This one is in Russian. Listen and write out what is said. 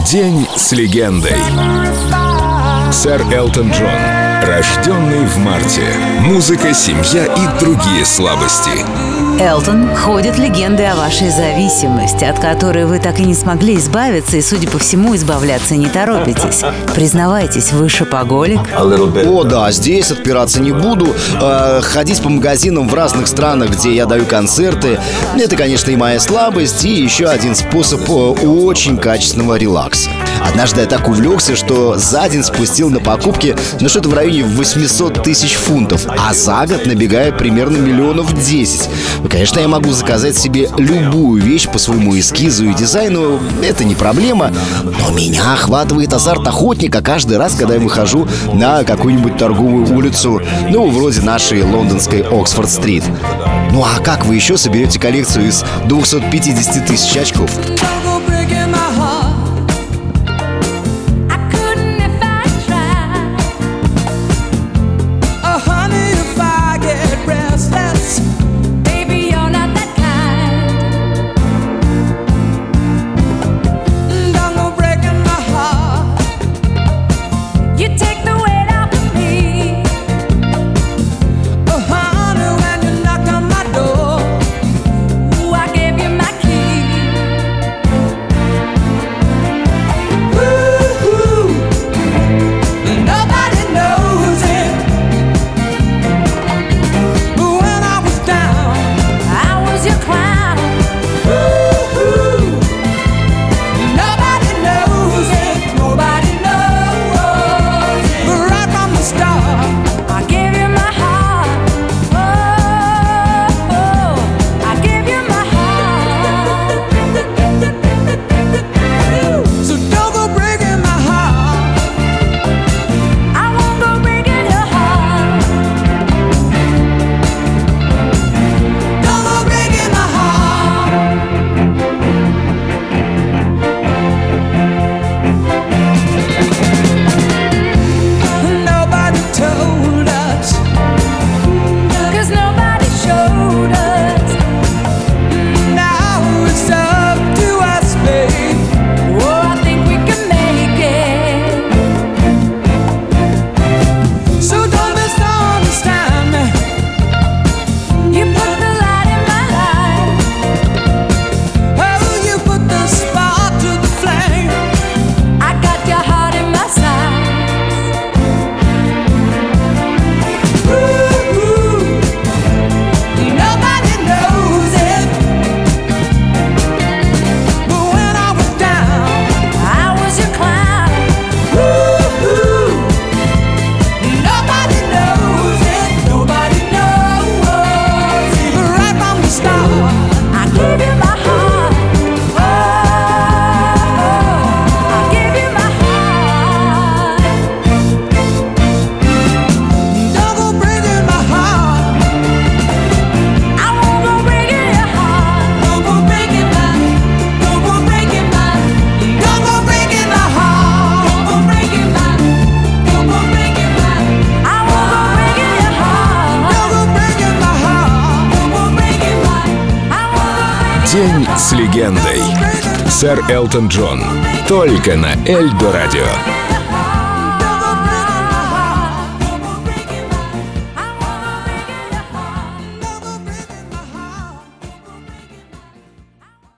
День с легендой. Сэр Элтон Джон, рожденный в марте. Музыка, семья и другие слабости. Элтон, ходят легенды о вашей зависимости, от которой вы так и не смогли избавиться, и, судя по всему, избавляться не торопитесь. Признавайтесь, вы шопоголик? О, да, здесь отпираться не буду. Ходить по магазинам в разных странах, где я даю концерты, это, конечно, и моя слабость, и еще один способ очень качественного релакса. Однажды я так увлекся, что за день спустил на покупки что-то в районе 800 тысяч фунтов, а за год набегает примерно 10 миллионов. Конечно, я могу заказать себе любую вещь по своему эскизу и дизайну, это не проблема, но меня охватывает азарт охотника каждый раз, когда я выхожу на какую-нибудь торговую улицу, вроде нашей лондонской Оксфорд-стрит. Ну а как вы еще соберете коллекцию из 250 тысяч очков? День с легендой. Сэр Элтон Джон. Только на Эльдо Радио.